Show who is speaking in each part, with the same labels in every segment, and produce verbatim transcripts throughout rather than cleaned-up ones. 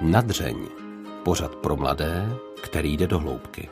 Speaker 1: Nadřeň. Pořad pro mladé, který jde do hloubky.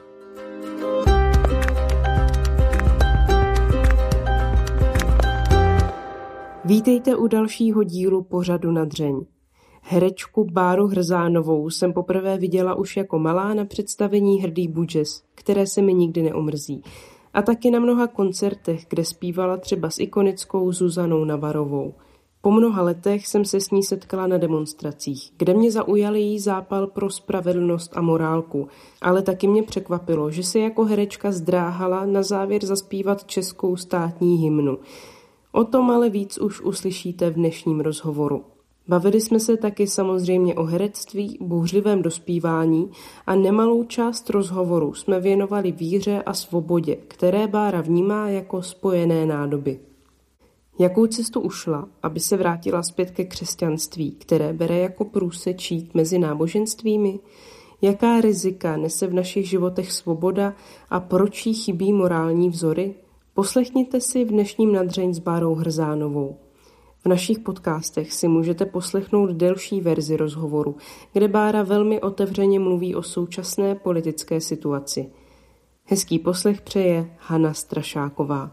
Speaker 2: Vítejte u dalšího dílu pořadu Nadřeň. Herečku Báru Hrzánovou jsem poprvé viděla už jako malá na představení Hrdý Budžes, které se mi nikdy neumrzí. A taky na mnoha koncertech, kde zpívala třeba s ikonickou Zuzanou Navarovou. Po mnoha letech jsem se s ní setkala na demonstracích, kde mě zaujal její zápal pro spravedlnost a morálku, ale taky mě překvapilo, že se jako herečka zdráhala na závěr zaspívat českou státní hymnu. O tom ale víc už uslyšíte v dnešním rozhovoru. Bavili jsme se taky samozřejmě o herectví, bouřlivém dospívání a nemalou část rozhovoru jsme věnovali víře a svobodě, které Bára vnímá jako spojené nádoby. Jakou cestu ušla, aby se vrátila zpět ke křesťanství, které bere jako průsečík mezi náboženstvími? Jaká rizika nese v našich životech svoboda a proč jí chybí morální vzory? Poslechněte si v dnešním Nadřeň s Bárou Hrzánovou. V našich podcastech si můžete poslechnout delší verzi rozhovoru, kde Bára velmi otevřeně mluví o současné politické situaci. Hezký poslech přeje Hana Strašáková.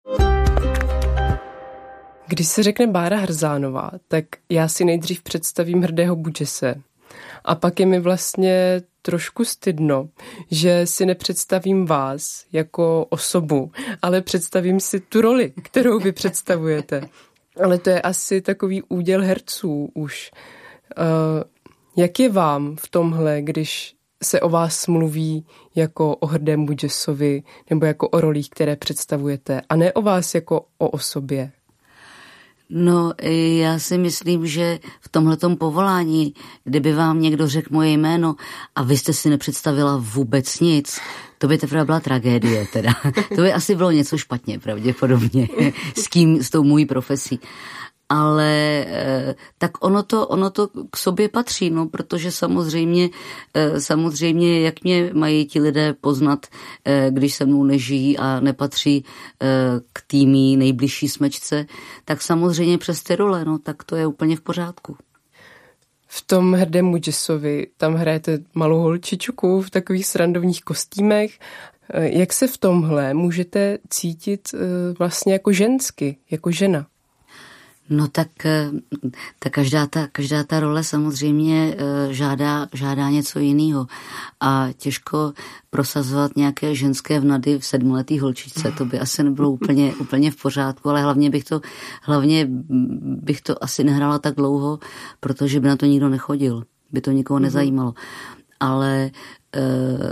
Speaker 2: Když se řekne Bára Hrzánová, tak já si nejdřív představím Hrdého Budžese. A pak je mi vlastně trošku stydno, že si nepředstavím vás jako osobu, ale představím si tu roli, kterou vy představujete. Ale to je asi takový úděl herců už. Uh, jak je vám v tomhle, když se o vás mluví jako o Hrdém Budžesovi nebo jako o rolích, které představujete, a ne o vás jako o osobě?
Speaker 3: No, já si myslím, že v tomhletom povolání, kdyby vám někdo řekl moje jméno a vy jste si nepředstavila vůbec nic, to by teprve byla tragédie teda. To by asi bylo něco špatně pravděpodobně s tím, s tou mojí profesí. Ale tak ono to, ono to k sobě patří, no, protože samozřejmě, samozřejmě, jak mě mají ti lidé poznat, když se mnou nežijí a nepatří k týmí nejbližší smečce, tak samozřejmě přes ty role, no, tak to je úplně v pořádku.
Speaker 2: V tom Hrdém Budžesovi tam hrajete malou holčičku v takových srandovních kostýmech. Jak se v tomhle můžete cítit vlastně jako žensky, jako žena?
Speaker 3: No tak, tak každá, ta, každá ta role samozřejmě žádá, žádá něco jiného. A těžko prosazovat nějaké ženské vnady v sedmiletý holčičce, to by asi nebylo úplně, úplně v pořádku, ale hlavně bych, to, hlavně bych to asi nehrála tak dlouho, protože by na to nikdo nechodil, by to nikoho nezajímalo. Ale e,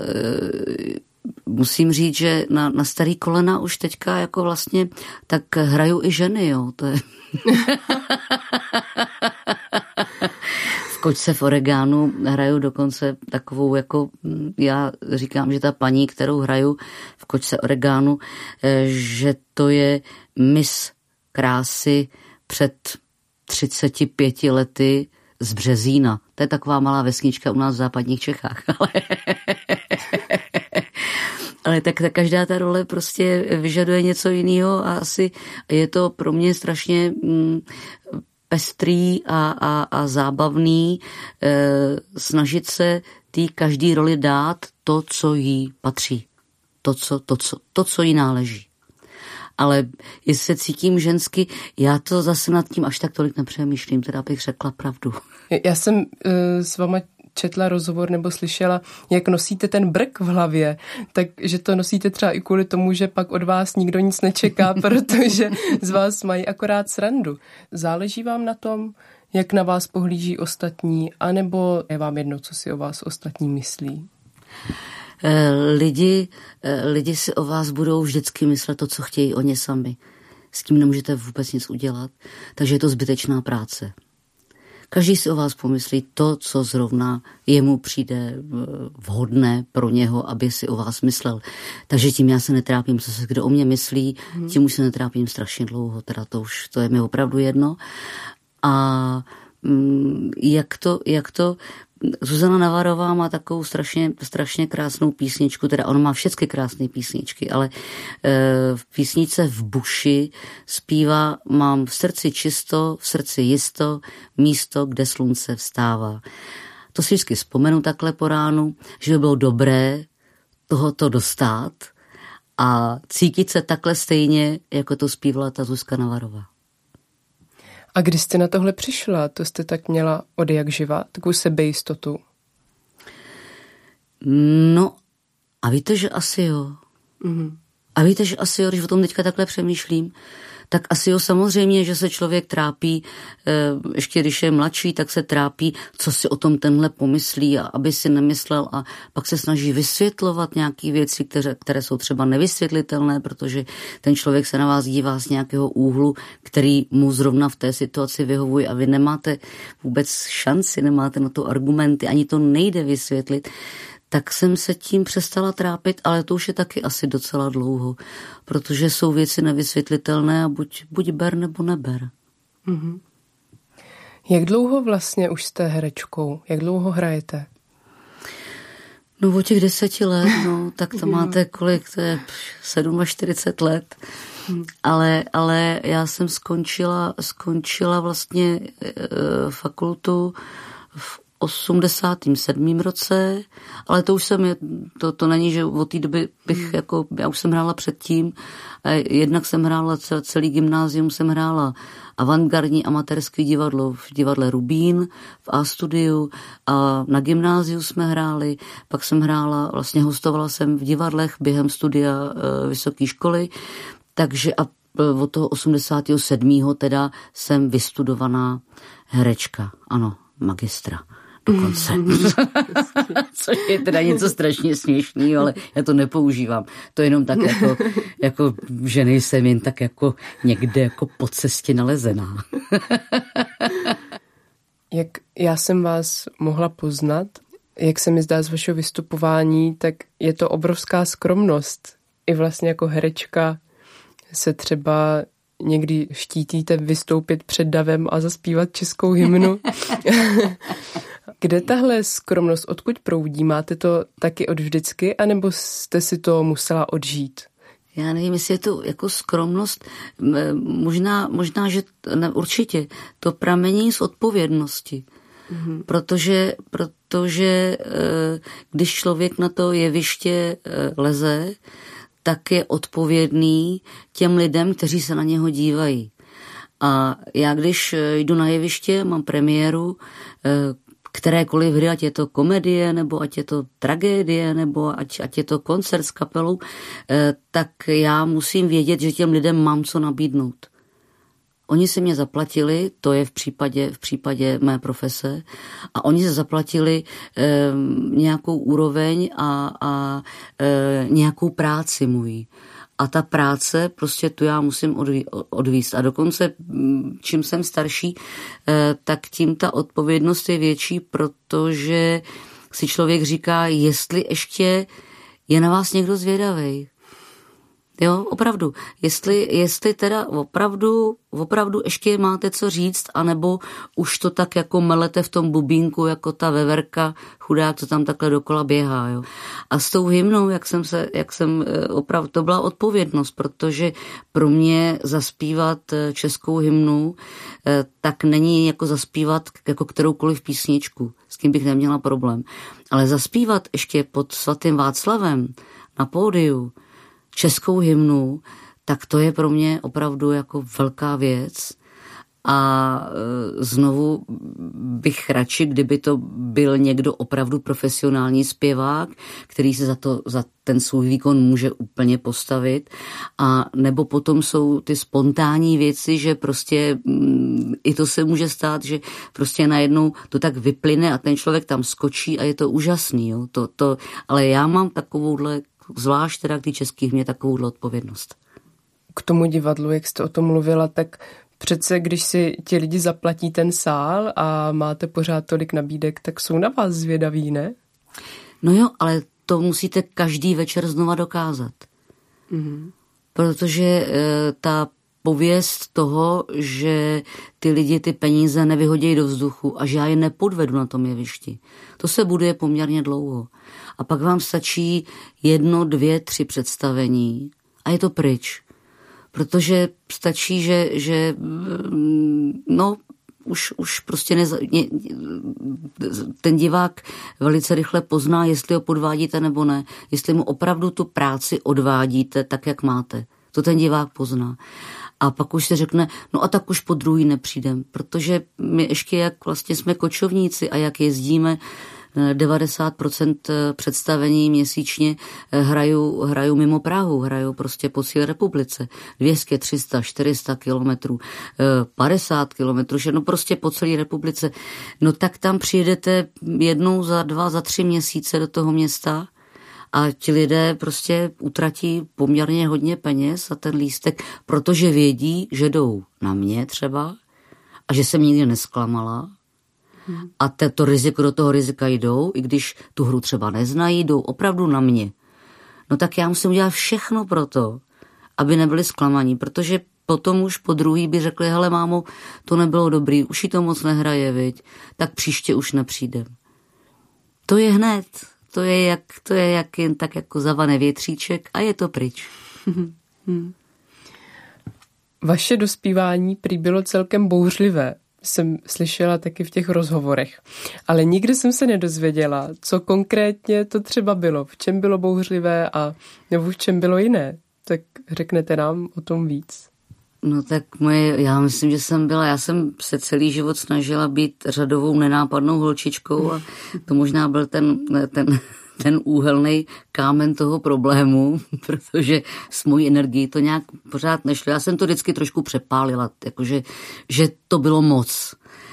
Speaker 3: musím říct, že na, na starý kolena už teďka jako vlastně tak hrajou i ženy, jo, to je... V Kočce v Oregánu hraju dokonce takovou, jako já říkám, že ta paní, kterou hraju v Kočce Oregánu, že to je Miss krásy před třiceti pěti lety z Březína. To je taková malá vesnička u nás v západních Čechách. Ale, ale tak, tak každá ta role prostě vyžaduje něco jiného a asi je to pro mě strašně mm, pestrý a, a, a zábavný e, snažit se tý každý roli dát to, co jí patří. To, co, to, co, to, co jí náleží. Ale jestli se cítím žensky, já to zase nad tím až tak tolik nepřemýšlím, teda bych řekla pravdu.
Speaker 2: Já jsem uh, s váma četla rozhovor nebo slyšela, jak nosíte ten brk v hlavě, takže to nosíte třeba i kvůli tomu, že pak od vás nikdo nic nečeká, protože z vás mají akorát srandu. Záleží vám na tom, jak na vás pohlíží ostatní, anebo je vám jedno, co si o vás ostatní myslí?
Speaker 3: Lidi, lidi si o vás budou vždycky myslet to, co chtějí oni sami. S tím nemůžete vůbec nic udělat, takže je to zbytečná práce. Každý si o vás pomyslí to, co zrovna jemu přijde vhodné pro něho, aby si o vás myslel. Takže tím já se netrápím, co se kdo o mě myslí, tím už se netrápím strašně dlouho, teda to už to je mi opravdu jedno. A jak to, jak to Zuzana Navarová má takovou strašně, strašně krásnou písničku, teda ona má všechny krásné písničky, ale e, v písničce V buši zpívá: mám v srdci čisto, v srdci jisto, místo, kde slunce vstává. To si vždycky vzpomenu takhle po ránu, že by bylo dobré tohoto dostat a cítit se takhle stejně, jako to zpívala ta Zuzka Navarová.
Speaker 2: A když jste na tohle přišla, to jste tak měla od jak živa, takovou sebejistotu?
Speaker 3: No a víte, že asi jo. Mm-hmm. A víte, že asi jo, když o tom teďka takhle přemýšlím, tak asi jo, samozřejmě, že se člověk trápí, ještě když je mladší, tak se trápí, co si o tom tenhle pomyslí, a aby si nemyslel, a pak se snaží vysvětlovat nějaké věci, které, které jsou třeba nevysvětlitelné, protože ten člověk se na vás dívá z nějakého úhlu, který mu zrovna v té situaci vyhovuje a vy nemáte vůbec šanci, nemáte na to argumenty, ani to nejde vysvětlit. Tak jsem se tím přestala trápit, ale to už je taky asi docela dlouho, protože jsou věci nevysvětlitelné a buď, buď ber nebo neber.
Speaker 2: Mm-hmm. Jak dlouho vlastně už jste herečkou? Jak dlouho hrajete?
Speaker 3: No o těch deseti let, no, tak to máte kolik, to je čtyřicet sedm let. Ale, ale já jsem skončila, skončila vlastně e, fakultu v osmdesátém sedmém roce, ale to už jsem, to, to není, že od té doby bych, hmm. jako, já už jsem hrála předtím, jednak jsem hrála celý gymnázium, jsem hrála avantgardní amatérské divadlo v divadle Rubín, v A-studiu, a na gymnáziu jsme hráli, pak jsem hrála, vlastně hostovala jsem v divadlech během studia e, vysoké školy, takže a od toho osmdesátého sedmého teda jsem vystudovaná herečka, ano, magistra. Dokonce. Což je teda něco strašně směšného, ale já to nepoužívám. To jenom tak jako, jako že nejsem jen tak jako někde jako po cestě nalezená.
Speaker 2: Jak já jsem vás mohla poznat, jak se mi zdá z vašeho vystupování, tak je to obrovská skromnost. I vlastně jako herečka se třeba někdy štítíte vystoupit před davem a zaspívat českou hymnu. Kde tahle skromnost, odkud proudí? Máte to taky od vždycky, anebo jste si to musela odžít?
Speaker 3: Já nevím, jestli je to jako skromnost, možná, možná že ne, určitě, to pramení z odpovědnosti. Mm-hmm. Protože, protože když člověk na to jeviště leze, tak je odpovědný těm lidem, kteří se na něho dívají. A já když jdu na jeviště, mám premiéru, kterékoliv hry, ať je to komedie, nebo ať je to tragédie, nebo ať, ať je to koncert s kapelou, tak já musím vědět, že těm lidem mám co nabídnout. Oni si mě zaplatili, to je v případě, v případě mé profese, a oni se zaplatili e, nějakou úroveň a, a e, nějakou práci mojí. A ta práce, prostě tu já musím odví, odvíst. A dokonce, čím jsem starší, e, tak tím ta odpovědnost je větší, protože si člověk říká, jestli ještě je na vás někdo zvědavej. Jo, opravdu. Jestli, jestli teda opravdu, opravdu ještě máte co říct, anebo už to tak jako melete v tom bubínku, jako ta veverka chudák, co tam takhle dokola běhá, jo. A s tou hymnou, jak jsem se, jak jsem opravdu, to byla odpovědnost, protože pro mě zaspívat českou hymnu, tak není jako zaspívat jako kteroukoliv písničku, s tím bych neměla problém. Ale zaspívat ještě pod svatým Václavem na pódiu českou hymnu, tak to je pro mě opravdu jako velká věc. A znovu bych radši, kdyby to byl někdo opravdu profesionální zpěvák, který se za, to, za ten svůj výkon může úplně postavit. A nebo potom jsou ty spontánní věci, že prostě i to se může stát, že prostě najednou to tak vyplyne a ten člověk tam skočí a je to úžasný. Jo? To, to, ale já mám takovouhle, zvlášť teda k té české hymně, takovouhle odpovědnost.
Speaker 2: K tomu divadlu, jak jste o tom mluvila, tak přece, když si ti lidi zaplatí ten sál a máte pořád tolik nabídek, tak jsou na vás zvědaví, ne?
Speaker 3: No jo, ale to musíte každý večer znova dokázat. Mm-hmm. Protože e, ta pověst toho, že ty lidi ty peníze nevyhodí do vzduchu a že já je nepodvedu na tom jevišti, to se buduje poměrně dlouho. A pak vám stačí jedno, dvě, tři představení a je to pryč. Protože stačí, že, že no, už, už prostě neza, ně, ten divák velice rychle pozná, jestli ho podvádíte nebo ne, jestli mu opravdu tu práci odvádíte tak, jak máte. To ten divák pozná. A pak už se řekne, no a tak už po druhý nepřijdem, protože my ještě jak vlastně jsme kočovníci a jak jezdíme, devadesát procent představení měsíčně hraju, hraju mimo Prahu, hraju prostě po celé republice. dvě stě, tři sta, čtyři sta kilometrů, padesát kilometrů, no prostě po celé republice. No tak tam přijedete jednou za dva, za tři měsíce do toho města a ti lidé prostě utratí poměrně hodně peněz za ten lístek, protože vědí, že jdou na mě třeba a že jsem nikdy nesklamala. A to riziko, do toho rizika jdou, i když tu hru třeba neznají, jdou opravdu na mě. No tak já musím udělat všechno pro to, aby nebyli zklamaní, protože potom už po druhý by řekli, hele mámo, to nebylo dobrý, už jí to moc nehraje, viď? Tak příště už nepřijdem. To je hned, to je jak, to je jak jen tak jako zavané větříček a je to pryč.
Speaker 2: Vaše dospívání prý bylo celkem bouřlivé. Jsem slyšela taky v těch rozhovorech. Ale nikdy jsem se nedozvěděla, co konkrétně to třeba bylo, v čem bylo bouřlivé a nebo v čem bylo jiné. Tak řeknete nám o tom víc.
Speaker 3: No tak moje, já myslím, že jsem byla, já jsem se celý život snažila být řadovou nenápadnou holčičkou a to možná byl ten, ten, ten úhelný kámen toho problému, protože s mojí energií to nějak pořád nešlo. Já jsem to vždycky trošku přepálila, jakože, že to bylo moc.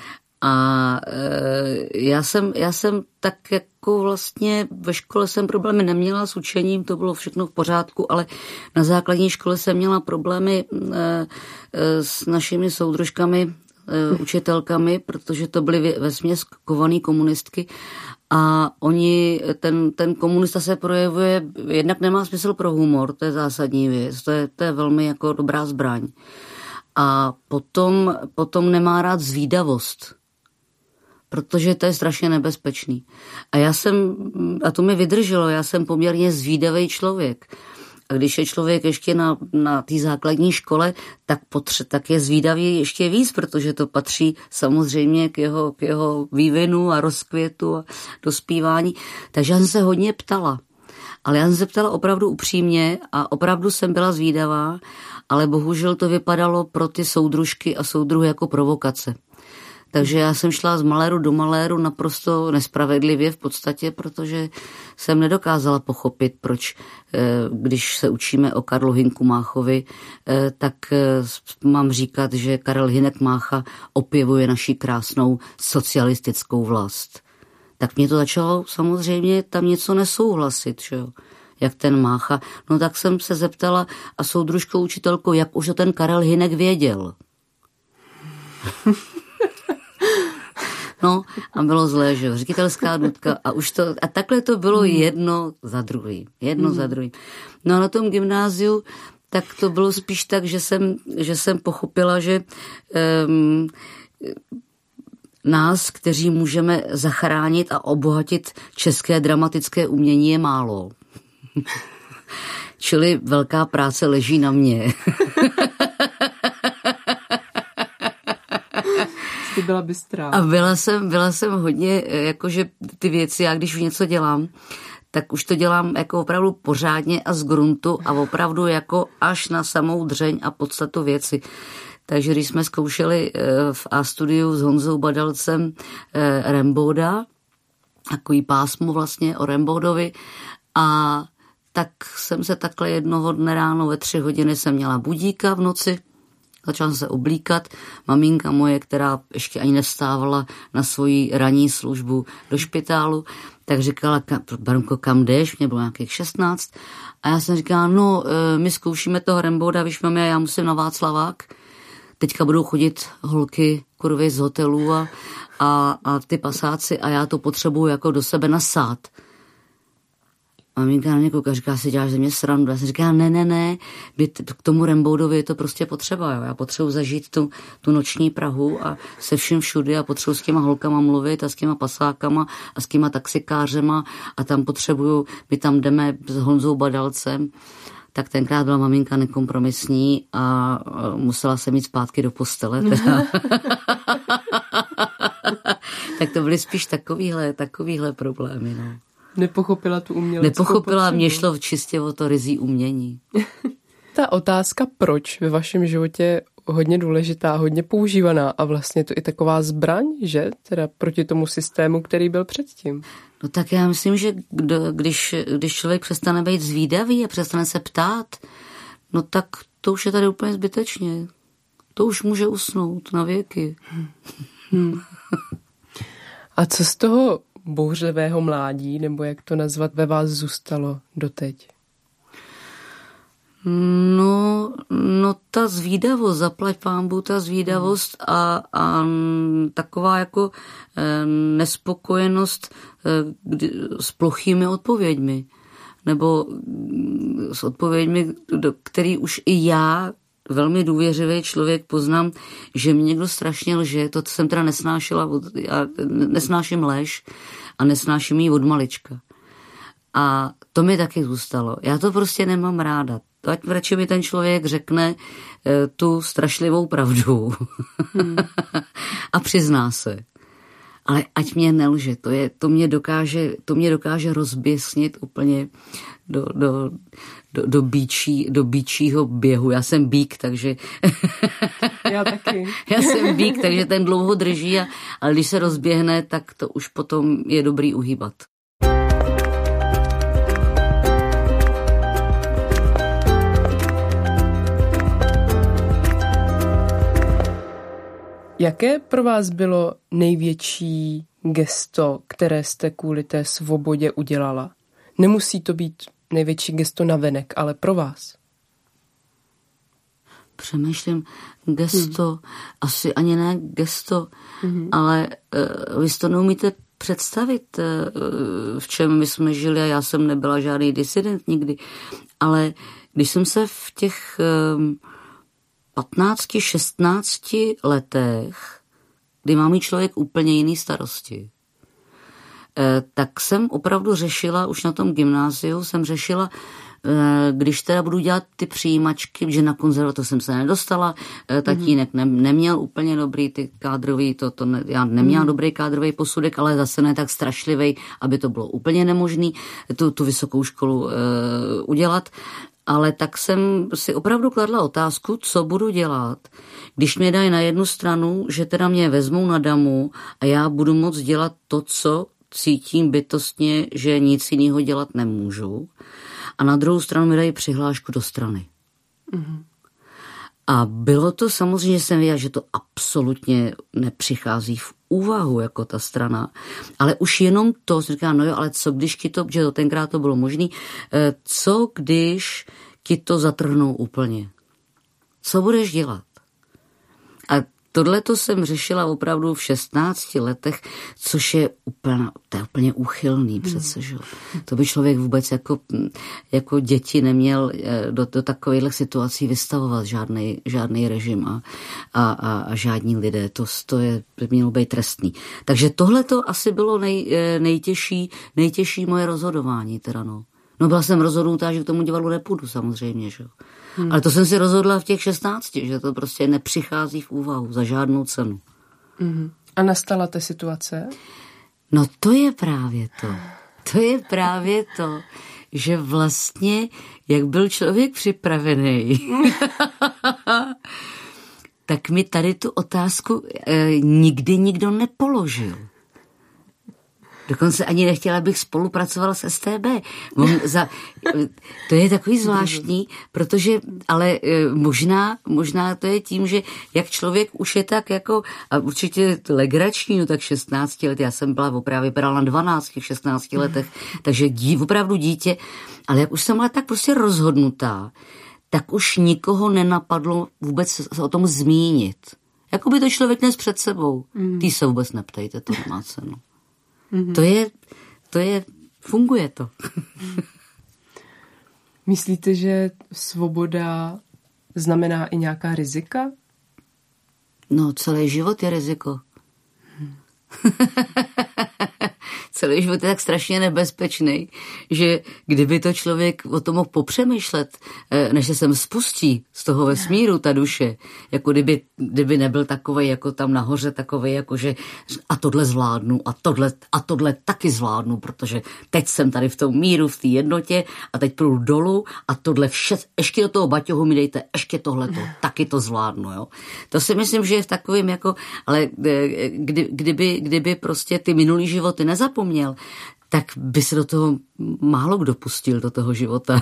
Speaker 3: A e, já, jsem, já jsem tak jako vlastně ve škole jsem problémy neměla s učením, to bylo všechno v pořádku, ale na základní škole jsem měla problémy e, e, s našimi soudružkami, e, učitelkami, protože to byly vesměs kovaný komunistky a oni, ten, ten komunista se projevuje, jednak nemá smysl pro humor, to je zásadní věc, to je, to je velmi jako dobrá zbraň. A potom, potom nemá rád zvídavost, protože to je strašně nebezpečný. A já jsem, a to mi vydrželo, já jsem poměrně zvídavý člověk. A když je člověk ještě na, na té základní škole, tak, potře, tak je zvídavý ještě víc, protože to patří samozřejmě k jeho, k jeho vývinu a rozkvětu a dospívání. Takže já jsem se hodně ptala. Ale já jsem se ptala opravdu upřímně a opravdu jsem byla zvídavá, ale bohužel to vypadalo pro ty soudružky a soudruhy jako provokace. Takže já jsem šla z maléru do maléru naprosto nespravedlivě v podstatě, protože jsem nedokázala pochopit, proč, když se učíme o Karlu Hynku Máchovi, tak mám říkat, že Karel Hynek Mácha opěvuje naši krásnou socialistickou vlast. Tak mě to začalo samozřejmě tam něco nesouhlasit, že jo? Jak ten Mácha. No tak jsem se zeptala a soudružkou učitelkou, jak už to ten Karel Hynek věděl. No a bylo zlé, že jo, ředitelská důdka a už to, a takhle to bylo jedno za druhým, jedno mm. za druhým. No a na tom gymnáziu, tak to bylo spíš tak, že jsem, že jsem pochopila, že um, nás, kteří můžeme zachránit a obohatit české dramatické umění, je málo. Čili velká práce leží na mě.
Speaker 2: Ty byla bystrá.
Speaker 3: A byla jsem, byla jsem hodně, jakože ty věci, já když už něco dělám, tak už to dělám jako opravdu pořádně a z gruntu a opravdu jako až na samou dřeň a podstatu věci. Takže když jsme zkoušeli v A-studiu s Honzou Badalcem Rambouda, takový pásmo vlastně o Ramboudovi, a tak jsem se takhle jednoho dne ráno ve tři hodiny jsem měla budíka v noci, začala jsem se oblíkat. Maminka moje, která ještě ani nevstávala na svoji ranní službu do špitálu, tak říkala, Barunko, kam jdeš? Mě bylo nějakých šestnáct. A já jsem říkala, no, my zkoušíme toho Rambouda, víš, mami, já musím na Václavák. Teďka budou chodit holky, kurvy z hotelů a, a, a ty pasáci a já to potřebuju jako do sebe nasát. Maminka na mě kouká, říká, si děláš ze mě srandu. Já jsem říká, ne, ne, ne, k tomu Ramboudovi je to prostě potřeba. Jo. Já potřebuji zažít tu, tu noční Prahu a se vším všudy a potřebuji s těma holkama mluvit a s těma pasákama a s těma taxikářema a tam potřebuju, my tam jdeme s Honzou Badalcem. Tak tenkrát byla maminka nekompromisní a musela se mít zpátky do postele. Teda. Tak to byly spíš takovýhle, takovýhle problémy. No.
Speaker 2: Nepochopila tu uměleckou
Speaker 3: Nepochopila,
Speaker 2: potřebu.
Speaker 3: Mně šlo čistě o to ryzí umění.
Speaker 2: Ta otázka proč ve vašem životě hodně důležitá, hodně používaná a vlastně to i taková zbraň, že? Teda proti tomu systému, který byl předtím.
Speaker 3: No tak já myslím, že kdo, když, když člověk přestane být zvídavý a přestane se ptát, no tak to už je tady úplně zbytečně. To už může usnout na věky.
Speaker 2: Hmm. A co z toho bouřlivého mládí, nebo jak to nazvat, ve vás zůstalo doteď?
Speaker 3: No, no ta zvídavost, zaplať pánbůh, ta zvídavost a, a taková jako nespokojenost s plochými odpověďmi. Nebo s odpověďmi, do který už i já, velmi důvěřivý člověk, poznám, že mi někdo strašně lže, to jsem teda nesnášela, já nesnáším lež a nesnáším ji od malička. A to mi taky zůstalo. Já to prostě nemám ráda. Ať radši mi ten člověk řekne tu strašlivou pravdu hmm. a přizná se. Ale ať mě nelže, to, je, to, mě dokáže, to mě dokáže rozběsnit úplně do, do, do, do, bíčí, do bíčího běhu. Já jsem bík, takže...
Speaker 2: Já taky.
Speaker 3: Já jsem bík, takže ten dlouho drží, a, ale když se rozběhne, tak to už potom je dobrý uhýbat.
Speaker 2: Jaké pro vás bylo největší gesto, které jste kvůli té svobodě udělala? Nemusí to být největší gesto navenek, ale pro vás.
Speaker 3: Přemýšlím, gesto, hmm. asi ani ne gesto, hmm. ale uh, vy si to neumíte představit, uh, v čem my jsme žili, a já jsem nebyla žádný disident nikdy, ale když jsem se v těch... Uh, patnácti, šestnácti letech, kdy má mít člověk úplně jiný starosti, tak jsem opravdu řešila, už na tom gymnáziu jsem řešila, když teda budu dělat ty přijímačky, že na konzervatoř jsem se nedostala, tatínek ne, neměl úplně dobrý ty kádrový, to, to ne, já neměla mm. dobrý kádrový posudek, ale zase ne tak strašlivý, aby to bylo úplně nemožný tu, tu vysokou školu uh, udělat. Ale tak jsem si opravdu kladla otázku, co budu dělat, když mě dají na jednu stranu, že teda mě vezmou na damu a já budu moct dělat to, co cítím bytostně, že nic jiného dělat nemůžu. A na druhou stranu mi dají přihlášku do strany. Mm-hmm. A bylo to samozřejmě, že jsem věděla, že to absolutně nepřichází v úvahu jako ta strana, ale už jenom to, jsem říkala, no jo, ale co když ti to, že to tenkrát to bylo možný, co když ti to zatrhnou úplně? Co budeš dělat? A tohleto jsem řešila opravdu v šestnácti letech, což je úplně, to je úplně úchylný přece, že? To by člověk vůbec jako, jako děti neměl do, do takovýchhle situací vystavovat žádnej, žádnej režim a, a, a, a žádní lidé. To, to je, by mělo být trestný. Takže tohleto asi bylo nej, nejtěžší, nejtěžší moje rozhodování teda, no. No byla jsem rozhodnutá, že k tomu divadlu nepůjdu samozřejmě, že? Hmm. Ale to jsem si rozhodla v těch šestnácti, že to prostě nepřichází v úvahu za žádnou cenu.
Speaker 2: Hmm. A nastala ta situace?
Speaker 3: No to je právě to. To je právě to, že vlastně, jak byl člověk připravený, tak mi tady tu otázku eh, nikdy nikdo nepoložil. Dokonce ani nechtěla, abych spolupracovala s S T B. Za, to je takový zvláštní, protože, ale možná, možná to je tím, že jak člověk už je tak jako, a určitě legrační, no tak šestnácti let, já jsem byla opravdu, vypadala na dvanácti, šestnácti letech, takže dí, opravdu dítě, ale jak už jsem byla tak prostě rozhodnutá, tak už nikoho nenapadlo vůbec se o tom zmínit. Jakoby to člověk nes před sebou. Mm. Ty se vůbec neptejte, to nemá cenu. Mm-hmm. To je, to je, funguje to.
Speaker 2: Myslíte, že svoboda znamená i nějaká rizika?
Speaker 3: No, celý život je riziko. Hmm. celý život je tak strašně nebezpečný, že kdyby to člověk o tom mohl popřemýšlet, než se sem spustí z toho vesmíru ta duše, jako kdyby, kdyby nebyl takovej, jako tam nahoře takovej, jako že a tohle zvládnu a tohle, a tohle taky zvládnu, protože teď jsem tady v tom míru, v té jednotě a teď půjdu dolů a tohle vše, ještě do toho baťohu mi dejte, ještě tohleto, taky to zvládnu, jo. To si myslím, že je v takovým jako, ale kdy, kdyby, kdyby prostě ty minulý životy nezapomněl, tak by se do toho málo kdo pustil, do toho života.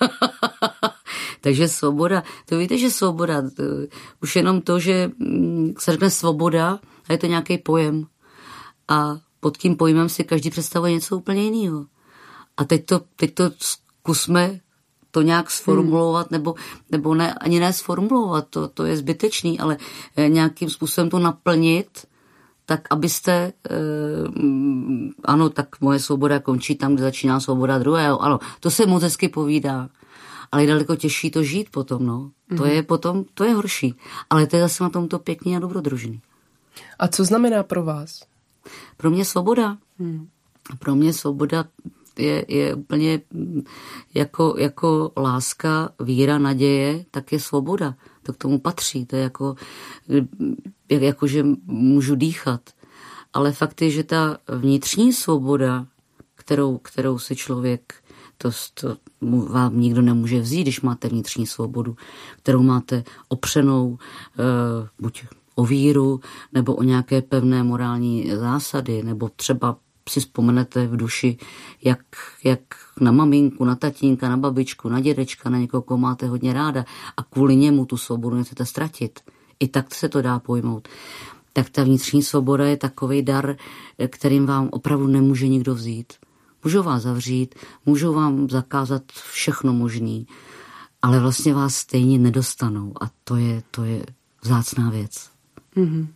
Speaker 3: Takže svoboda, to víte, že svoboda, to, už jenom to, že se řekne svoboda, a je to nějaký pojem. A pod tím pojmem si každý představuje něco úplně jiného. A teď to, teď to zkusme to nějak sformulovat, nebo, nebo ne, ani ne sformulovat, to, to je zbytečný, ale nějakým způsobem to naplnit, tak abyste, eh, ano, tak moje svoboda končí tam, kde začíná svoboda druhého, ano, to se moc hezky povídá, ale je daleko těžší to žít potom, no. Mm. To je potom, to je horší, ale to je zase na tom to pěkný a dobrodružný.
Speaker 2: A co znamená pro vás?
Speaker 3: Pro mě svoboda.
Speaker 2: Mm.
Speaker 3: Pro mě svoboda je, je úplně jako, jako láska, víra, naděje, tak je svoboda. To k tomu patří. To je jako, jako, že můžu dýchat. Ale fakt je, že ta vnitřní svoboda, kterou, kterou si člověk, to, to vám nikdo nemůže vzít, když máte vnitřní svobodu, kterou máte opřenou uh, buď o víru, nebo o nějaké pevné morální zásady, nebo třeba si vzpomenete v duši, jak, jak na maminku, na tatínka, na babičku, na dědečka, na někoho, koho máte hodně ráda a kvůli němu tu svobodu nechcete ztratit. I tak se to dá pojmout. Tak ta vnitřní svoboda je takovej dar, kterým vám opravdu nemůže nikdo vzít. Můžou vás zavřít, můžou vám zakázat všechno možný, ale vlastně vás stejně nedostanou a to je, to je vzácná věc.
Speaker 2: Mm-hmm.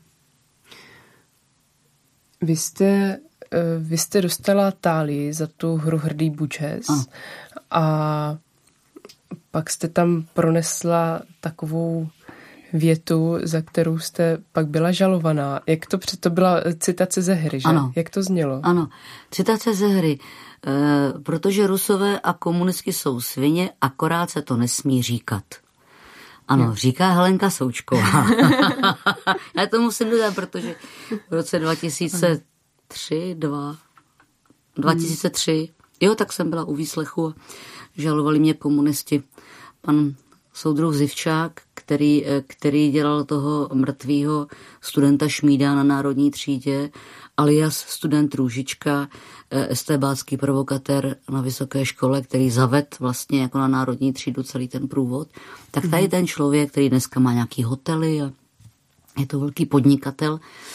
Speaker 2: Vy jste Vy jste dostala Tálii za tu hru Hrdý Budžes a. a pak jste tam pronesla takovou větu, za kterou jste pak byla žalovaná. Jak to, to byla citace ze hry, že?
Speaker 3: Ano.
Speaker 2: Jak to znělo?
Speaker 3: Ano, citace ze hry. E, protože Rusové a komunistky jsou svině, akorát se to nesmí říkat. Ano, jo. Říká Helenka Součková. Já to musím dodat, protože v roce dva tisíce tři, dva, dva tisíce tři, jo, tak jsem byla u výslechu a žalovali mě komunisti. Pan soudruh Zivčák, který, který dělal toho mrtvýho studenta Šmída na národní třídě, alias student Růžička, estébácký provokatér na vysoké škole, který zaved vlastně jako na národní třídu celý ten průvod. Tak tady ten člověk, který dneska má nějaký hotely a je to velký podnikatel,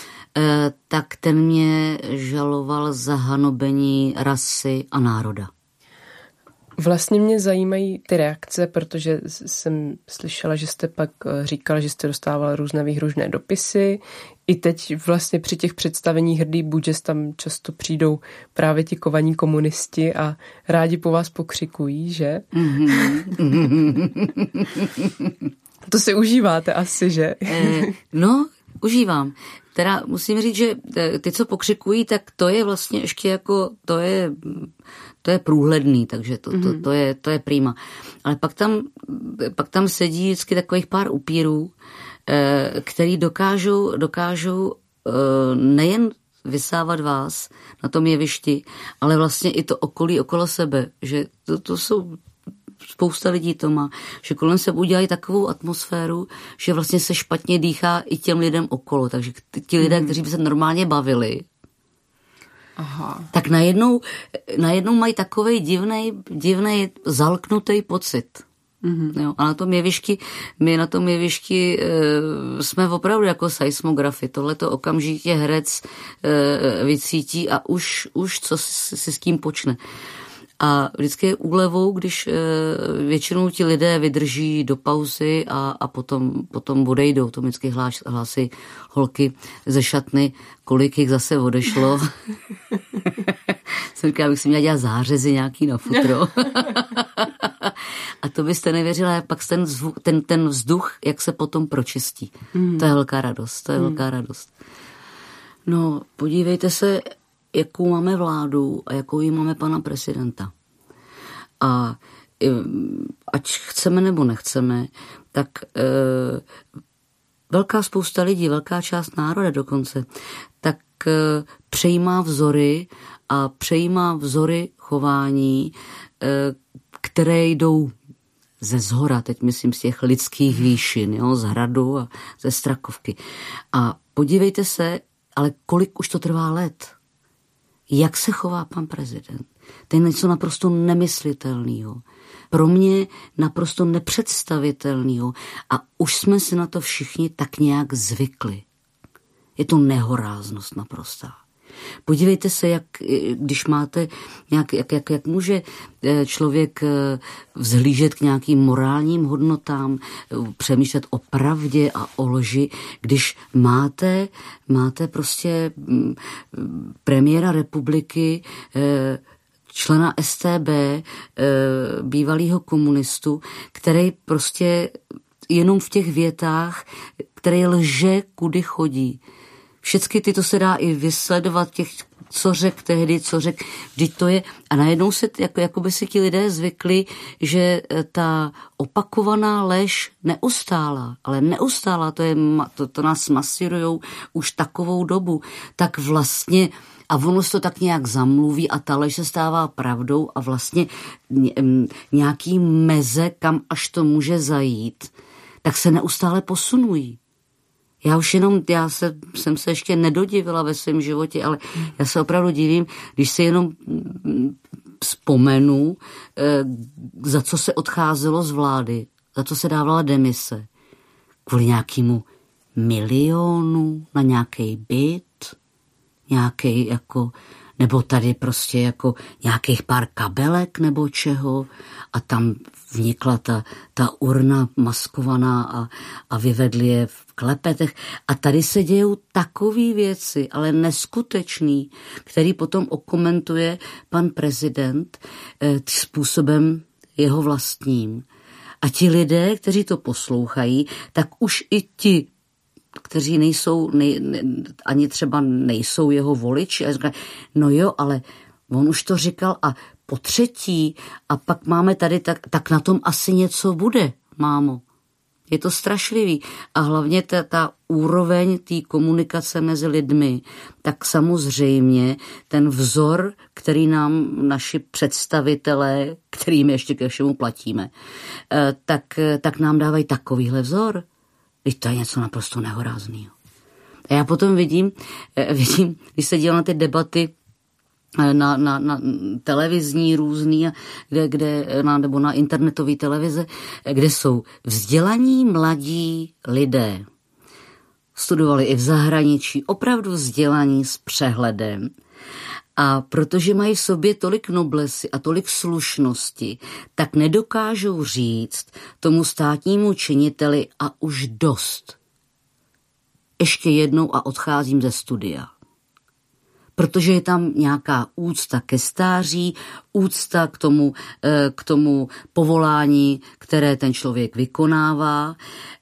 Speaker 3: tak ten mě žaloval za hanobení rasy a národa.
Speaker 2: Vlastně mě zajímají ty reakce, protože jsem slyšela, že jste pak říkala, že jste dostávala různé výhružné dopisy. I teď vlastně při těch představeních Hrdý Budžes tam často přijdou právě ti kovaní komunisti a rádi po vás pokřikují, že? Mm-hmm. To si užíváte asi, že?
Speaker 3: Eh, no, užívám. Teda musím říct, že ty, co pokřikují, tak to je vlastně ještě jako, to je, to je průhledný, takže to, to, to, je, to je prima. Ale pak tam, pak tam sedí vždycky takových pár upírů, který dokážou, dokážou nejen vysávat vás na tom jevišti, ale vlastně i to okolí okolo sebe, že to, to jsou spousta lidí to má, že kolem se udělají takovou atmosféru, že vlastně se špatně dýchá i těm lidem okolo. Takže ti lidé, kteří by se normálně bavili, Aha. tak najednou, najednou mají takovej divnej, divnej zalknutý pocit. Mm-hmm. Jo, a na tom jevišti, my na tom jevišti e, jsme opravdu jako seismografy. Tohleto okamžitě herec e, vycítí a už, už co si, si s tím počne. A vždycky je úlevou, když e, většinou ti lidé vydrží do pauzy a, a potom, potom odejdou. To vždycky hlás, hlásí holky ze šatny, kolik jich zase odešlo. Jsem říkala, abych si měla dělat zářezy nějaký na futro. A to byste nevěřila, jak pak ten, zvu, ten, ten vzduch, jak se potom pročistí. Mm. To je velká radost, to je mm. velká radost. No, podívejte se, jakou máme vládu a jakou ji máme pana prezidenta. A ať chceme nebo nechceme, tak e, velká spousta lidí, velká část národa dokonce, tak e, přejímá vzory a přejímá vzory chování, e, které jdou ze zhora, teď myslím z těch lidských výšin, jo, z Hradu a ze Strakovky. A podívejte se, ale kolik už to trvá let. Jak se chová pan prezident? To je něco naprosto nemyslitelného. Pro mě naprosto nepředstavitelného. A už jsme si na to všichni tak nějak zvykli. Je to nehoráznost naprostá. Podívejte se, jak, když máte nějak, jak, jak, jak může člověk vzhlížet k nějakým morálním hodnotám, přemýšlet o pravdě a o lži, když máte, máte prostě premiéra republiky, člena S T B, bývalýho komunistu, který prostě jenom v těch větách, který lže, kudy chodí. Všechny ty to se dá i vysledovat, těch, co řek tehdy, co řek, vždyť to je. A najednou se, jako, jako by si ti lidé zvykli, že ta opakovaná lež neustála, ale neustála, to, je, to, to nás masírujou už takovou dobu, tak vlastně a ono se to tak nějak zamluví a ta lež se stává pravdou a vlastně nějaký meze, kam až to může zajít, tak se neustále posunují. Já už jenom, já se, jsem se ještě nedodivila ve svém životě, ale já se opravdu divím, když si jenom vzpomenu, za co se odcházelo z vlády, za co se dávala demise. Kvůli nějakému milionu na nějaký byt, nějaký jako, nebo tady prostě jako nějakých pár kabelek nebo čeho a tam vnikla ta, ta urna maskovaná a, a vyvedli je v klepetech. A tady se dějou takové věci, ale neskutečný, který potom okomentuje pan prezident eh, způsobem jeho vlastním. A ti lidé, kteří to poslouchají, tak už i ti, kteří nejsou, nej, ne, ani třeba nejsou jeho voliči, a říkají, no jo, ale on už to říkal a po třetí a pak máme tady, tak, tak na tom asi něco bude, mámo. Je to strašlivý. A hlavně ta, ta úroveň té komunikace mezi lidmi, tak samozřejmě ten vzor, který nám naši představitelé, kterým ještě ke všemu platíme, tak, tak nám dávají takovýhle vzor. Teď to je něco naprosto nehorázného. A já potom vidím, vidím, když se dělám na ty debaty na, na, na televizní různý, kde, kde, na, nebo na internetové televize, kde jsou vzdělaní mladí lidé. Studovali i v zahraničí, opravdu vzdělaní s přehledem. A protože mají v sobě tolik noblesy a tolik slušnosti, tak nedokážou říct tomu státnímu činiteli a už dost. Ještě jednou a odcházím ze studia. Protože je tam nějaká úcta ke stáří, úcta k tomu, k tomu povolání, které ten člověk vykonává.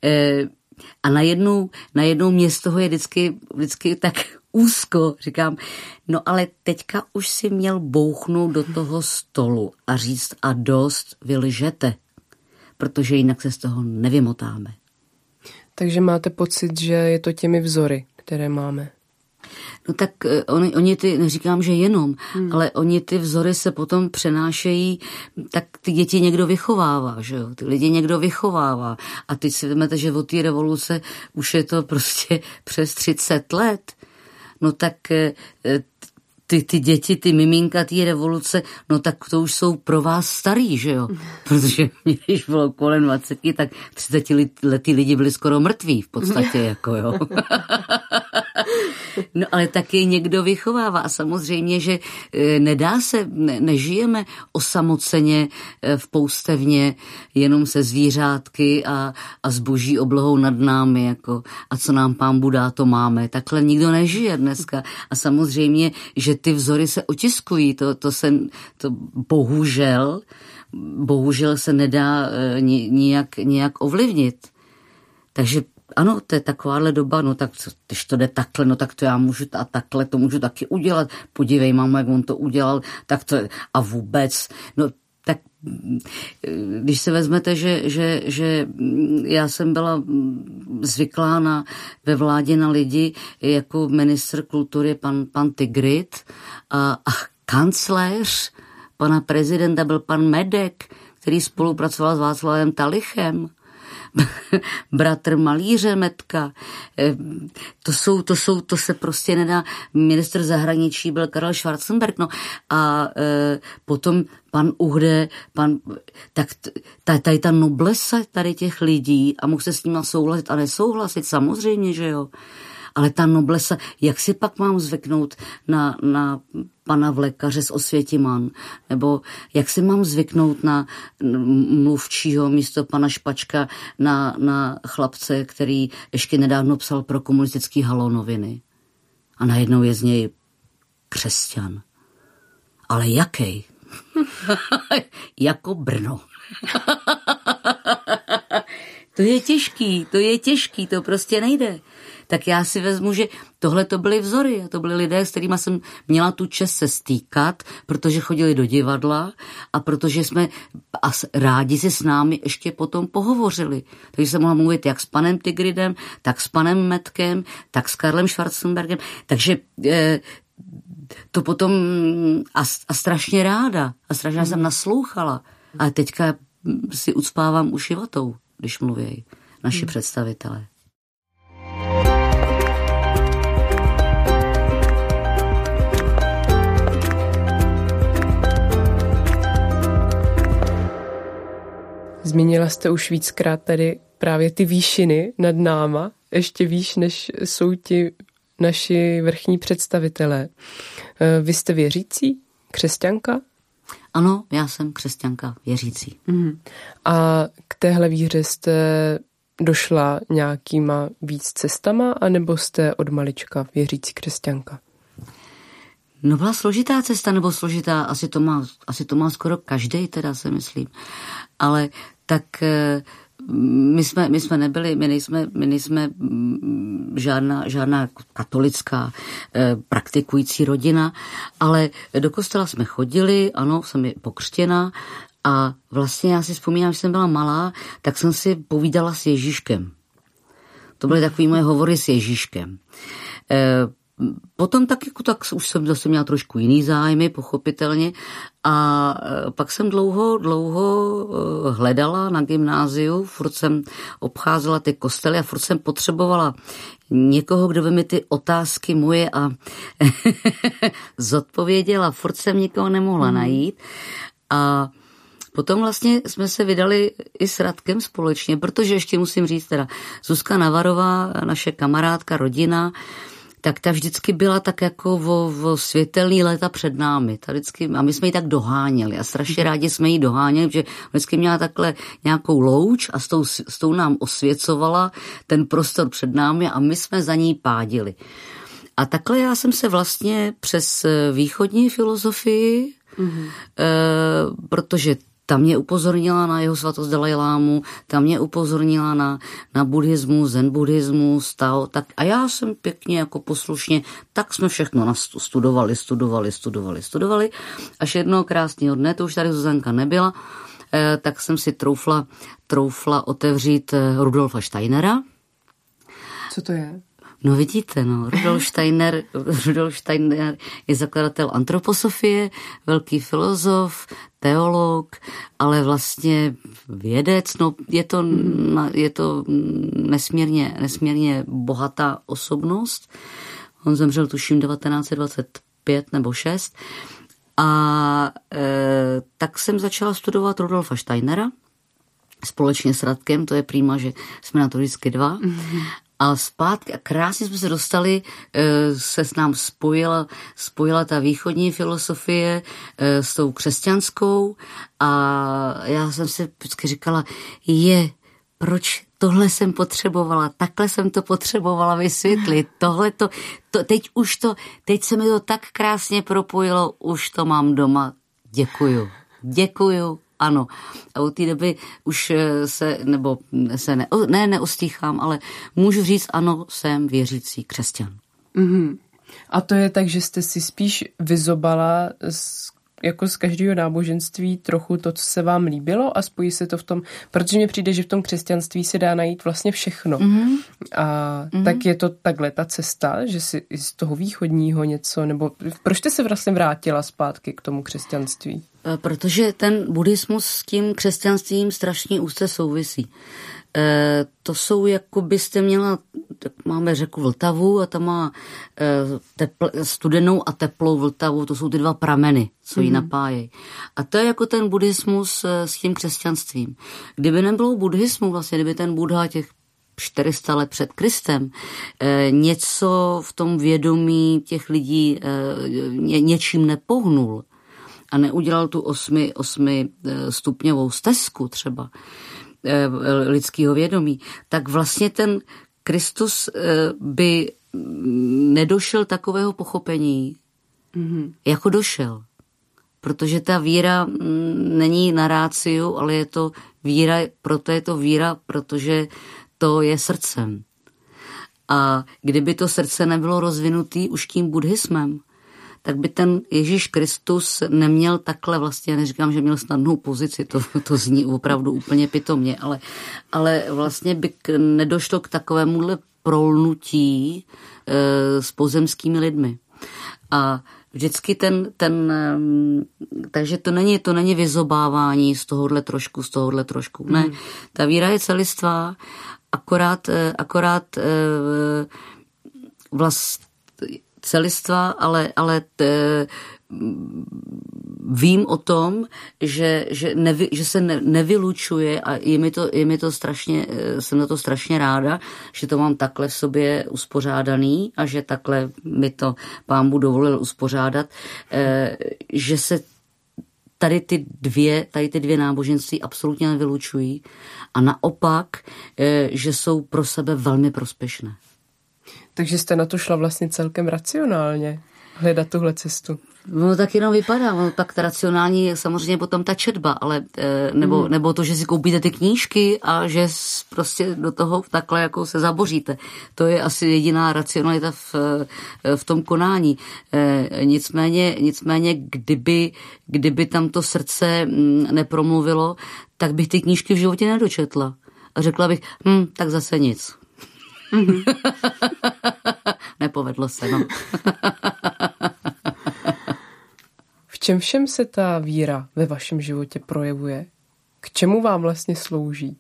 Speaker 3: A najednou, najednou mě z toho je vždycky, vždycky tak úzko. Říkám, no ale teďka už si měl bouchnout do toho stolu a říct a dost, vy lžete, protože jinak se z toho nevymotáme.
Speaker 2: Takže máte pocit, že je to těmi vzory, které máme?
Speaker 3: No tak oni, oni ty, neříkám, že jenom, hmm. ale oni ty vzory se potom přenášejí, tak ty děti někdo vychovává, že jo, ty lidi někdo vychovává. A teď si vezmete, že od té revoluce už je to prostě přes třicet let. No tak ty, ty děti, ty miminka té revoluce, no tak to už jsou pro vás starý, že jo? Protože když bylo kolem dvacet, tak třicet letý lidi byli skoro mrtví v podstatě, jako jo. No ale taky někdo vychovává a samozřejmě, že nedá se, ne, nežijeme osamoceně v poustevně jenom se zvířátky a, a zboží oblohou nad námi, jako a co nám pán Bůh dá, to máme. Takhle nikdo nežije dneska a samozřejmě, že ty vzory se otiskují, to, to se, to bohužel, bohužel se nedá nijak, nijak ovlivnit. Takže ano, to je takováhle doba, no tak když to jde takhle, no tak to já můžu a takhle to můžu taky udělat. Podívej, mámo, jak on to udělal, tak to a vůbec, no tak když se vezmete, že, že, že já jsem byla zvyklá na, ve vládě na lidi jako ministr kultury pan, pan Tigrid a, a kancléř pana prezidenta byl pan Medek, který spolupracoval s Václavem Talichem. Bratr malíře Metka. To jsou, to jsou, to se prostě nedá. Ministr zahraničí byl Karel Schwarzenberg, no a e, potom pan Uhde, pan, tak tady ta noblesa tady těch lidí a mohl se s nima souhlasit a nesouhlasit, samozřejmě, že jo. Ale ta noblesa, jak si pak mám zvyknout na, na pana vlekaře z Osvětiman? Nebo jak si mám zvyknout na mluvčího místo pana Špačka, na, na chlapce, který ještě nedávno psal pro komunistický halonoviny? A najednou je z něj křesťan. Ale jaký? Jako Brno. To je těžký, to je těžký, to prostě nejde. Tak já si vezmu, že tohle to byly vzory a to byly lidé, s kterými jsem měla tu čest se stýkat, protože chodili do divadla a protože jsme a rádi si s námi ještě potom pohovořili. Takže jsem mohla mluvit jak s panem Tigridem, tak s panem Metkem, tak s Karlem Schwarzenbergem. Takže eh, to potom a, a strašně ráda a strašně mm. jsem naslouchala. A teďka si ucpávám uši vatou, když mluví naši hmm. představitelé.
Speaker 2: Zmínila jste už víckrát tady právě ty výšiny nad náma, ještě výš, než jsou ti naši vrchní představitelé. Vy jste věřící? Křesťanka?
Speaker 3: Ano, já jsem křesťanka, věřící.
Speaker 2: Mm. A k téhle víře jste došla nějakýma víc cestama, anebo jste od malička věřící křesťanka?
Speaker 3: No byla složitá cesta, nebo složitá, asi to má, asi to má skoro každej, teda se myslím. Ale tak my jsme, my jsme nebyli, my nejsme, my nejsme žádná, žádná katolická eh, praktikující rodina, ale do kostela jsme chodili, ano, jsem je pokřtěná a vlastně já si vzpomínám, že jsem byla malá, tak jsem si povídala s Ježíškem. To byly takové moje hovory s Ježíškem. Eh, Potom tak, jako, tak už jsem zase měla trošku jiný zájmy, pochopitelně. A pak jsem dlouho, dlouho hledala na gymnáziu, furt jsem obcházela ty kostely a furt jsem potřebovala někoho, kdo by mi ty otázky moje a zodpověděla. Furt jsem nikoho nemohla najít. A potom vlastně jsme se vydali i s Radkem společně, protože ještě musím říct teda, Zuzka Navarová, naše kamarádka, rodina, tak ta vždycky byla tak jako o, o světelný léta před námi. Ta vždycky, a my jsme ji tak doháněli a strašně rádi jsme ji doháněli, protože vždycky měla takhle nějakou louč a s tou, s tou nám osvěcovala ten prostor před námi a my jsme za ní pádili. A takhle já jsem se vlastně přes východní filozofii, mm-hmm. e, protože ta mě upozornila na jeho svatost Dalajlámu, ta mě upozornila na, na buddhismus, zen buddhismus, tao, tak a já jsem pěkně jako poslušně, tak jsme všechno studovali, studovali, studovali, studovali, až jednoho krásného dne, to už tady Zuzanka nebyla, eh, tak jsem si troufla, troufla otevřít Rudolfa Steinera.
Speaker 2: Co to je?
Speaker 3: No vidíte, no, Rudolf Steiner, Rudolf Steiner je zakladatel antroposofie, velký filozof, teolog, ale vlastně vědec, no je to, je to nesmírně, nesmírně bohatá osobnost. On zemřel tuším devatenáct set dvacet pět nebo šest a e, tak jsem začala studovat Rudolfa Steinera společně s Radkem, to je prýma, že jsme na to vždycky dva. Mm-hmm. A zpátky, a krásně jsme se dostali, se s nám spojila, spojila ta východní filosofie s tou křesťanskou a já jsem si vždycky říkala, je, proč tohle jsem potřebovala, takhle jsem to potřebovala vysvětlit, tohle to, to, teď už to, teď se mi to tak krásně propojilo, už to mám doma, děkuju, děkuju ano. A od té doby už se, nebo se ne, ne neostýchám, ale můžu říct ano, jsem věřící křesťan.
Speaker 2: Mm-hmm. A to je tak, že jste si spíš vyzobala z, jako z každého náboženství trochu to, co se vám líbilo a spojí se to v tom, protože mně přijde, že v tom křesťanství se dá najít vlastně všechno. Mm-hmm. A mm-hmm. tak je to takhle ta cesta, že si z toho východního něco, nebo proč jste se vlastně vrátila zpátky k tomu křesťanství?
Speaker 3: Protože ten buddhismus s tím křesťanstvím strašně úzce souvisí. E, to jsou, jako byste měla, tak máme řeku Vltavu a tam má e, tepl, studenou a teplou Vltavu, to jsou ty dva prameny, co ji mm-hmm. napájejí. A to je jako ten buddhismus e, s tím křesťanstvím. Kdyby nebylo buddhismu, vlastně, kdyby ten Buddha těch čtyři sta let před Kristem e, něco v tom vědomí těch lidí e, ně, něčím nepohnul a neudělal tu osmi, osmi stupňovou stezku třeba lidského vědomí, tak vlastně ten Kristus by nedošel takového pochopení, mm-hmm. jako došel. Protože ta víra není na ráciu, ale je to víra, proto je to víra, protože to je srdcem. A kdyby to srdce nebylo rozvinutý už tím buddhismem, tak by ten Ježíš Kristus neměl takhle, vlastně, já neříkám, že měl snadnou pozici, to, to zní opravdu úplně pitomně, ale, ale vlastně by k, nedošlo k takovémuhle prolnutí e, s pozemskými lidmi. A vždycky ten, ten takže to není, to není vyzobávání z tohohle trošku, z tohohle trošku. Ne, ta víra je celistvá, akorát, akorát vlast, celistva, ale, ale t, vím o tom, že, že, nevy, že se ne, nevylučuje a je mi, to, je mi to strašně, jsem na to strašně ráda, že to mám takhle v sobě uspořádaný a že takhle mi to Pán Bůh dovolil uspořádat, že se tady ty dvě, tady ty dvě náboženství absolutně nevylučují a naopak, že jsou pro sebe velmi prospěšné.
Speaker 2: Takže jste na to šla vlastně celkem racionálně hledat tuhle cestu.
Speaker 3: No tak jenom vypadá, no, tak ta racionální je samozřejmě potom ta četba, ale nebo, mm. nebo to, že si koupíte ty knížky a že prostě do toho takhle jako se zaboříte. To je asi jediná racionalita v, v tom konání. Nicméně, nicméně kdyby, kdyby tam to srdce nepromluvilo, tak bych ty knížky v životě nedočetla. A řekla bych, hm, tak zase nic. Mm-hmm. Nepovedlo se, no.
Speaker 2: V čem všem se ta víra ve vašem životě projevuje? K čemu vám vlastně slouží?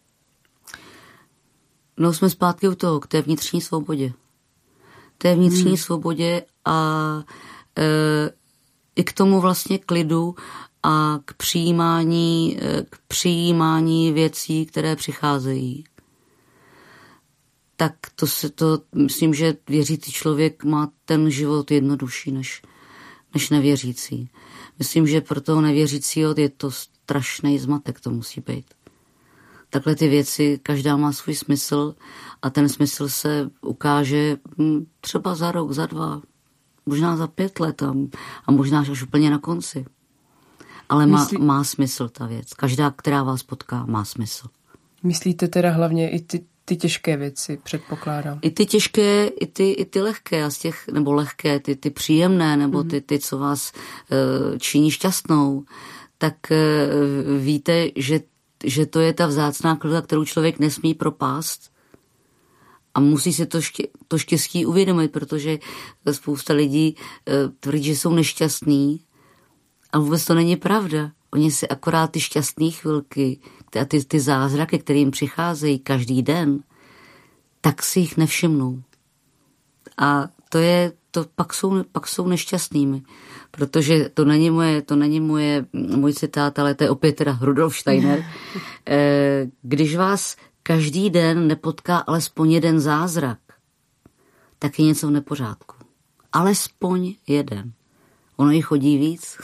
Speaker 3: No, jsme zpátky u toho, k té vnitřní svobodě. Té vnitřní hmm. svobodě a e, i k tomu vlastně klidu a k přijímání, k přijímání věcí, které přicházejí. Tak to se to, myslím, že věřící člověk má ten život jednodušší než, než nevěřící. Myslím, že pro toho nevěřícího je to strašný zmatek, to musí být. Takhle ty věci, každá má svůj smysl a ten smysl se ukáže třeba za rok, za dva, možná za pět let a, a možná až úplně na konci. Ale má, Myslí... má smysl ta věc. Každá, která vás potká, má smysl.
Speaker 2: Myslíte teda hlavně i ty Ty těžké věci, předpokládám.
Speaker 3: I ty těžké, i ty, i ty lehké, a z těch, nebo lehké, ty, ty příjemné, nebo ty, ty, co vás uh, činí šťastnou, tak uh, víte, že, že to je ta vzácná klida, kterou člověk nesmí propást a musí se to, ště, to štěstí uvědomit, protože spousta lidí uh, tvrdí, že jsou nešťastní a vůbec to není pravda. Oni si akorát ty šťastné chvilky a ty, ty zázraky, které jim přicházejí každý den, tak si jich nevšimnou. A to je, to pak jsou, pak jsou nešťastnými, protože to není moje, to není moje, můj citát, ale to je opět teda Rudolf Steiner. Když vás každý den nepotká alespoň jeden zázrak, tak je něco v nepořádku. Alespoň jeden. Ono jich chodí víc.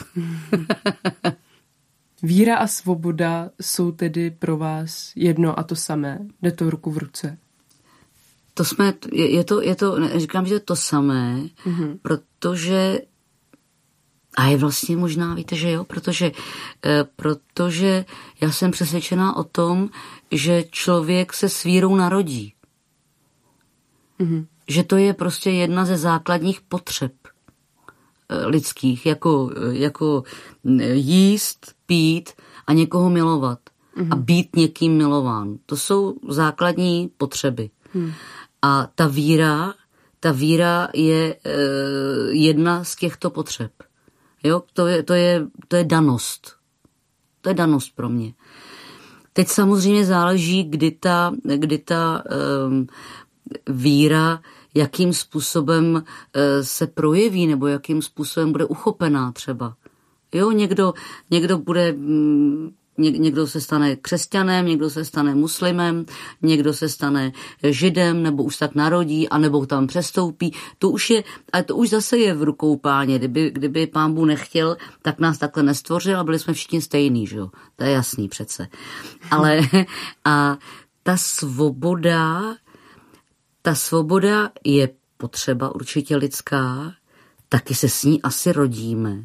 Speaker 2: Víra a svoboda jsou tedy pro vás jedno a to samé? Jde to ruku v ruce?
Speaker 3: To jsme, je, je to, je to, říkám, že je to samé, mm-hmm. protože A je vlastně možná, víte, že jo, protože, e, protože já jsem přesvědčená o tom, že člověk se s vírou narodí. Mm-hmm. Že to je prostě jedna ze základních potřeb e, lidských, jako, jako jíst, pít a někoho milovat. Mm-hmm. A být někým milován. To jsou základní potřeby. Mm. A ta víra, ta víra je e, jedna z těchto potřeb. Jo, to je, to je, to je danost. To je danost pro mě. Teď samozřejmě záleží, kdy ta, kdy ta um, víra, jakým způsobem uh, se projeví, nebo jakým způsobem bude uchopená třeba. Jo, někdo, někdo bude... Um, Někdo se stane křesťanem, někdo se stane muslimem, někdo se stane židem, nebo už tak narodí, anebo tam přestoupí. To už je, a to už zase je v rukou Páně. Kdyby, kdyby Pán Bůh nechtěl, tak nás takhle nestvořil a byli jsme všichni stejný, že jo? To je jasný přece. Ale a ta svoboda, ta svoboda je potřeba určitě lidská, taky se s ní asi rodíme.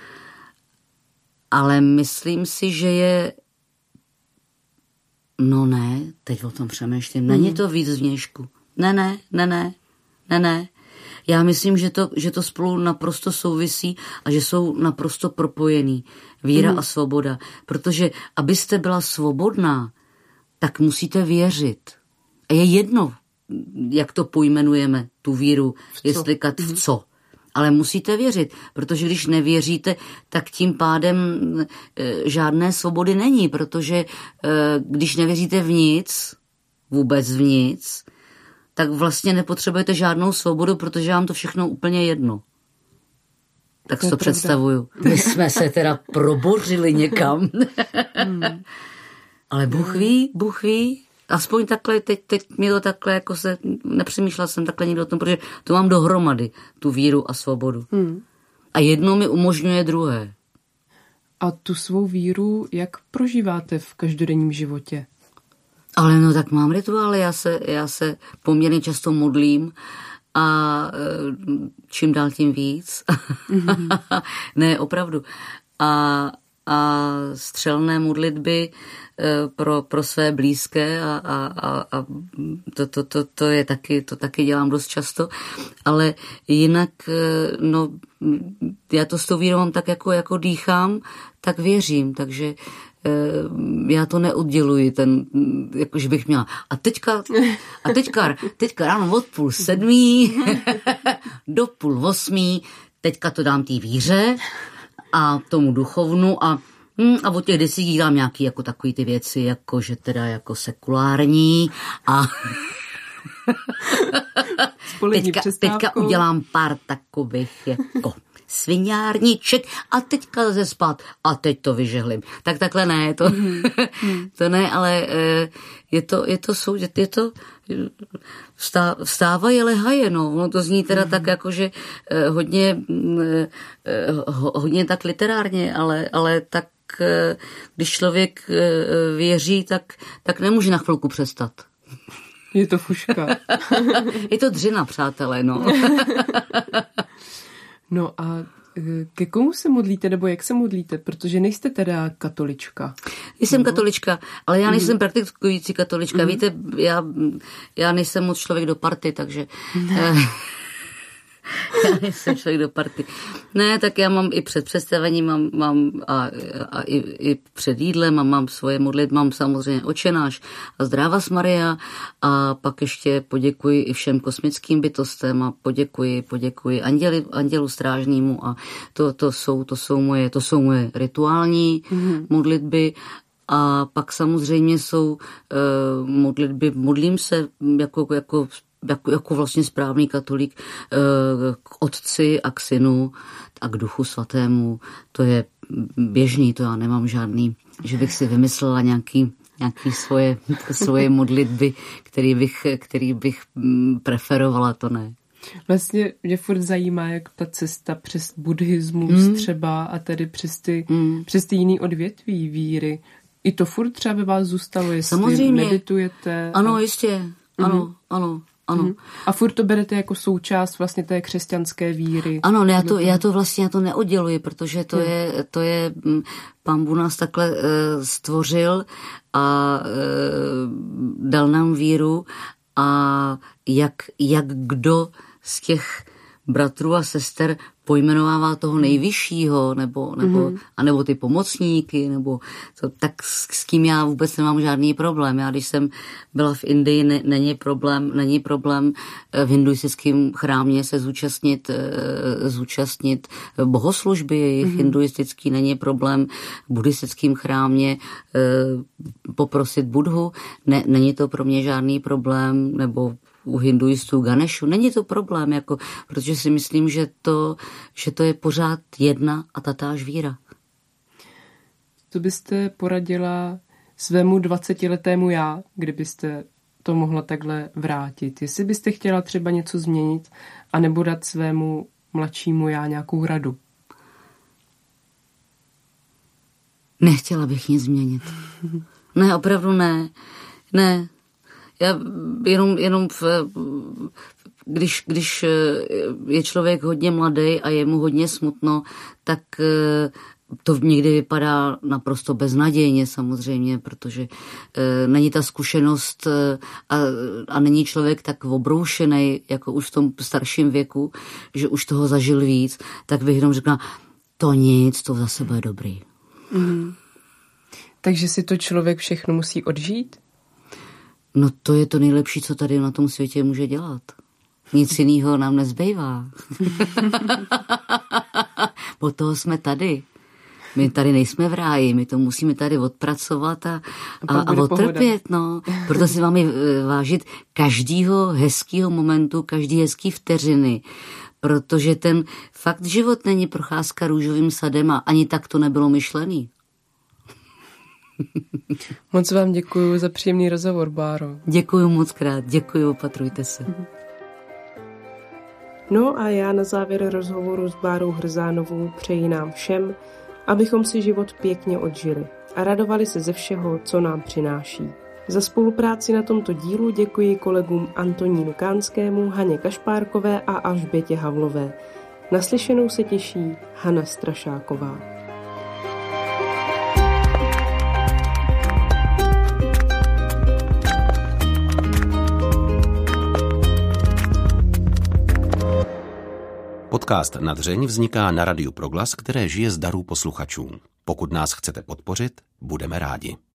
Speaker 3: Ale myslím si, že je... No ne, teď o tom přemýšlím. Není to víc zvnějšku. Ne, ne, ne, ne, ne, ne. Já myslím, že to, že to spolu naprosto souvisí a že jsou naprosto propojený. Víra mm. a svoboda. Protože abyste byla svobodná, tak musíte věřit. A je jedno, jak to pojmenujeme, tu víru, jestli kat v co. Ale musíte věřit, protože když nevěříte, tak tím pádem e, žádné svobody není, protože e, když nevěříte v nic, vůbec v nic, tak vlastně nepotřebujete žádnou svobodu, protože vám to všechno úplně jedno. Tak to, to představuju. My jsme se teda probořili někam. hmm. Ale Bůh ví, Bůh ví. Aspoň takhle, teď, teď mi to takhle, jako se, nepřemýšlela jsem takhle nikdo o tom, protože to mám dohromady, tu víru a svobodu. Hmm. A jedno mi umožňuje druhé.
Speaker 2: A tu svou víru, jak prožíváte v každodenním životě?
Speaker 3: Ale no tak mám rituály, já se, já se poměrně často modlím a čím dál tím víc. Mm-hmm. Ne, opravdu. A, a střelné modlitby pro, pro své blízké a, a, a, a to, to, to, to je taky, to taky dělám dost často, ale jinak, no, já to s tou vírou mám tak, jako, jako dýchám, tak věřím, takže já to neodděluji, ten, jakože bych měla. A teďka, a teďka, teďka ráno od půl sedmí do půl osmí, teďka to dám té víře a tomu duchovnu a Hmm, a od těch desíti dám nějaký jako takový ty věci, jako že teda jako sekulární a teďka, teďka udělám pár takových jako sviňárníček a teďka zase spát a teď to vyžehlím. Tak takhle ne, to, mm. to ne, ale je to, je to soudit, je to vstávají, lehaje, no. Ono to zní teda mm. tak jako, že hodně, hodně tak literárně, ale, ale tak když člověk věří, tak, tak nemůže na chvilku přestat.
Speaker 2: Je to fuška.
Speaker 3: Je to dřina, přátelé, no.
Speaker 2: No a ke komu se modlíte, nebo jak se modlíte? Protože nejste teda katolička.
Speaker 3: Jsem nebo? katolička, ale já nejsem mm. praktikující katolička. Mm. Víte, já, já nejsem moc člověk do party, takže... Já nejsem člověk do party. Ne, tak já mám i před představením, mám, mám a, a i, i před jídlem a mám svoje modlitby, mám samozřejmě Očenáš a Zdravas Maria a pak ještě poděkuji i všem kosmickým bytostem a poděkuji, poděkuji anděli, andělu strážnímu a to, to, jsou, to, jsou moje, to jsou moje rituální mm-hmm. modlitby. A pak samozřejmě jsou uh, modlitby, modlím se jako, jako Jako, jako vlastně správný katolík k otci a k synu a k duchu svatému. To je běžný, to já nemám žádný, že bych si vymyslela nějaký, nějaký svoje, svoje modlitby, který bych, který bych preferovala, to ne.
Speaker 2: Vlastně mě furt zajímá, jak ta cesta přes buddhismus mm. třeba a tedy přes ty, mm. přes ty jiný odvětví víry. I to furt třeba by vás zůstalo, jestli
Speaker 3: samozřejmě.
Speaker 2: Meditujete.
Speaker 3: Ano, a... jistě. Ano, mm. ano. ano. Hmm.
Speaker 2: A furt to berete jako součást vlastně té křesťanské víry?
Speaker 3: Ano, ne, já, to, já to vlastně já to neodděluji, protože to hmm. je, to je, Pán Bůh nás takhle uh, stvořil a uh, dal nám víru a jak, jak kdo z těch bratrů a sester pojmenovává toho nejvyššího, nebo, nebo, mm-hmm. anebo ty pomocníky, nebo to, tak s, s kým já vůbec nemám žádný problém. Já, když jsem byla v Indii, ne, není problém, není problém v hinduistickém chrámě se zúčastnit, zúčastnit bohoslužby jejich mm-hmm. hinduistický, není problém v buddhistickém chrámě poprosit Budhu, ne, není to pro mě žádný problém, nebo u hinduistů Ganešu. Není to problém, jako, protože si myslím, že to, že to je pořád jedna a tatáž víra.
Speaker 2: Co byste poradila svému dvacetiletému já, kdybyste to mohla takhle vrátit? Jestli byste chtěla třeba něco změnit, anebo dát svému mladšímu já nějakou radu?
Speaker 3: Nechtěla bych nic změnit. Ne, opravdu ne. Ne. Já jenom, jenom v, když, když je člověk hodně mladý a je mu hodně smutno, tak to někdy vypadá naprosto beznadějně samozřejmě, protože není ta zkušenost a, a není člověk tak obroušený, jako už v tom starším věku, že už toho zažil víc, tak bych jenom řekla, to nic, to zase bude dobrý.
Speaker 2: Mm. Takže si to člověk všechno musí odžít?
Speaker 3: No to je to nejlepší, co tady na tom světě může dělat. Nic jiného nám nezbývá. Po toho jsme tady. My tady nejsme v ráji, my to musíme tady odpracovat a, a, a odtrpět. No. Proto si máme vážit každýho hezkýho momentu, každý hezký vteřiny. Protože ten fakt život není procházka růžovým sadem a ani tak to nebylo myšlený.
Speaker 2: Moc vám děkuji za příjemný rozhovor, Báro.
Speaker 3: Děkuji moc krát, děkuji, opatrujte se.
Speaker 2: No a já na závěr rozhovoru s Bárou Hrzánovou přeji nám všem, abychom si život pěkně odžili a radovali se ze všeho, co nám přináší. Za spolupráci na tomto dílu děkuji kolegům Antonínu Kánskému, Haně Kašpárkové a Alžbětě Havlové. Naslyšenou se těší Hana Strašáková.
Speaker 1: Podcast Nadřeň vzniká na Radiu Proglas, které žije z darů posluchačů. Pokud nás chcete podpořit, budeme rádi.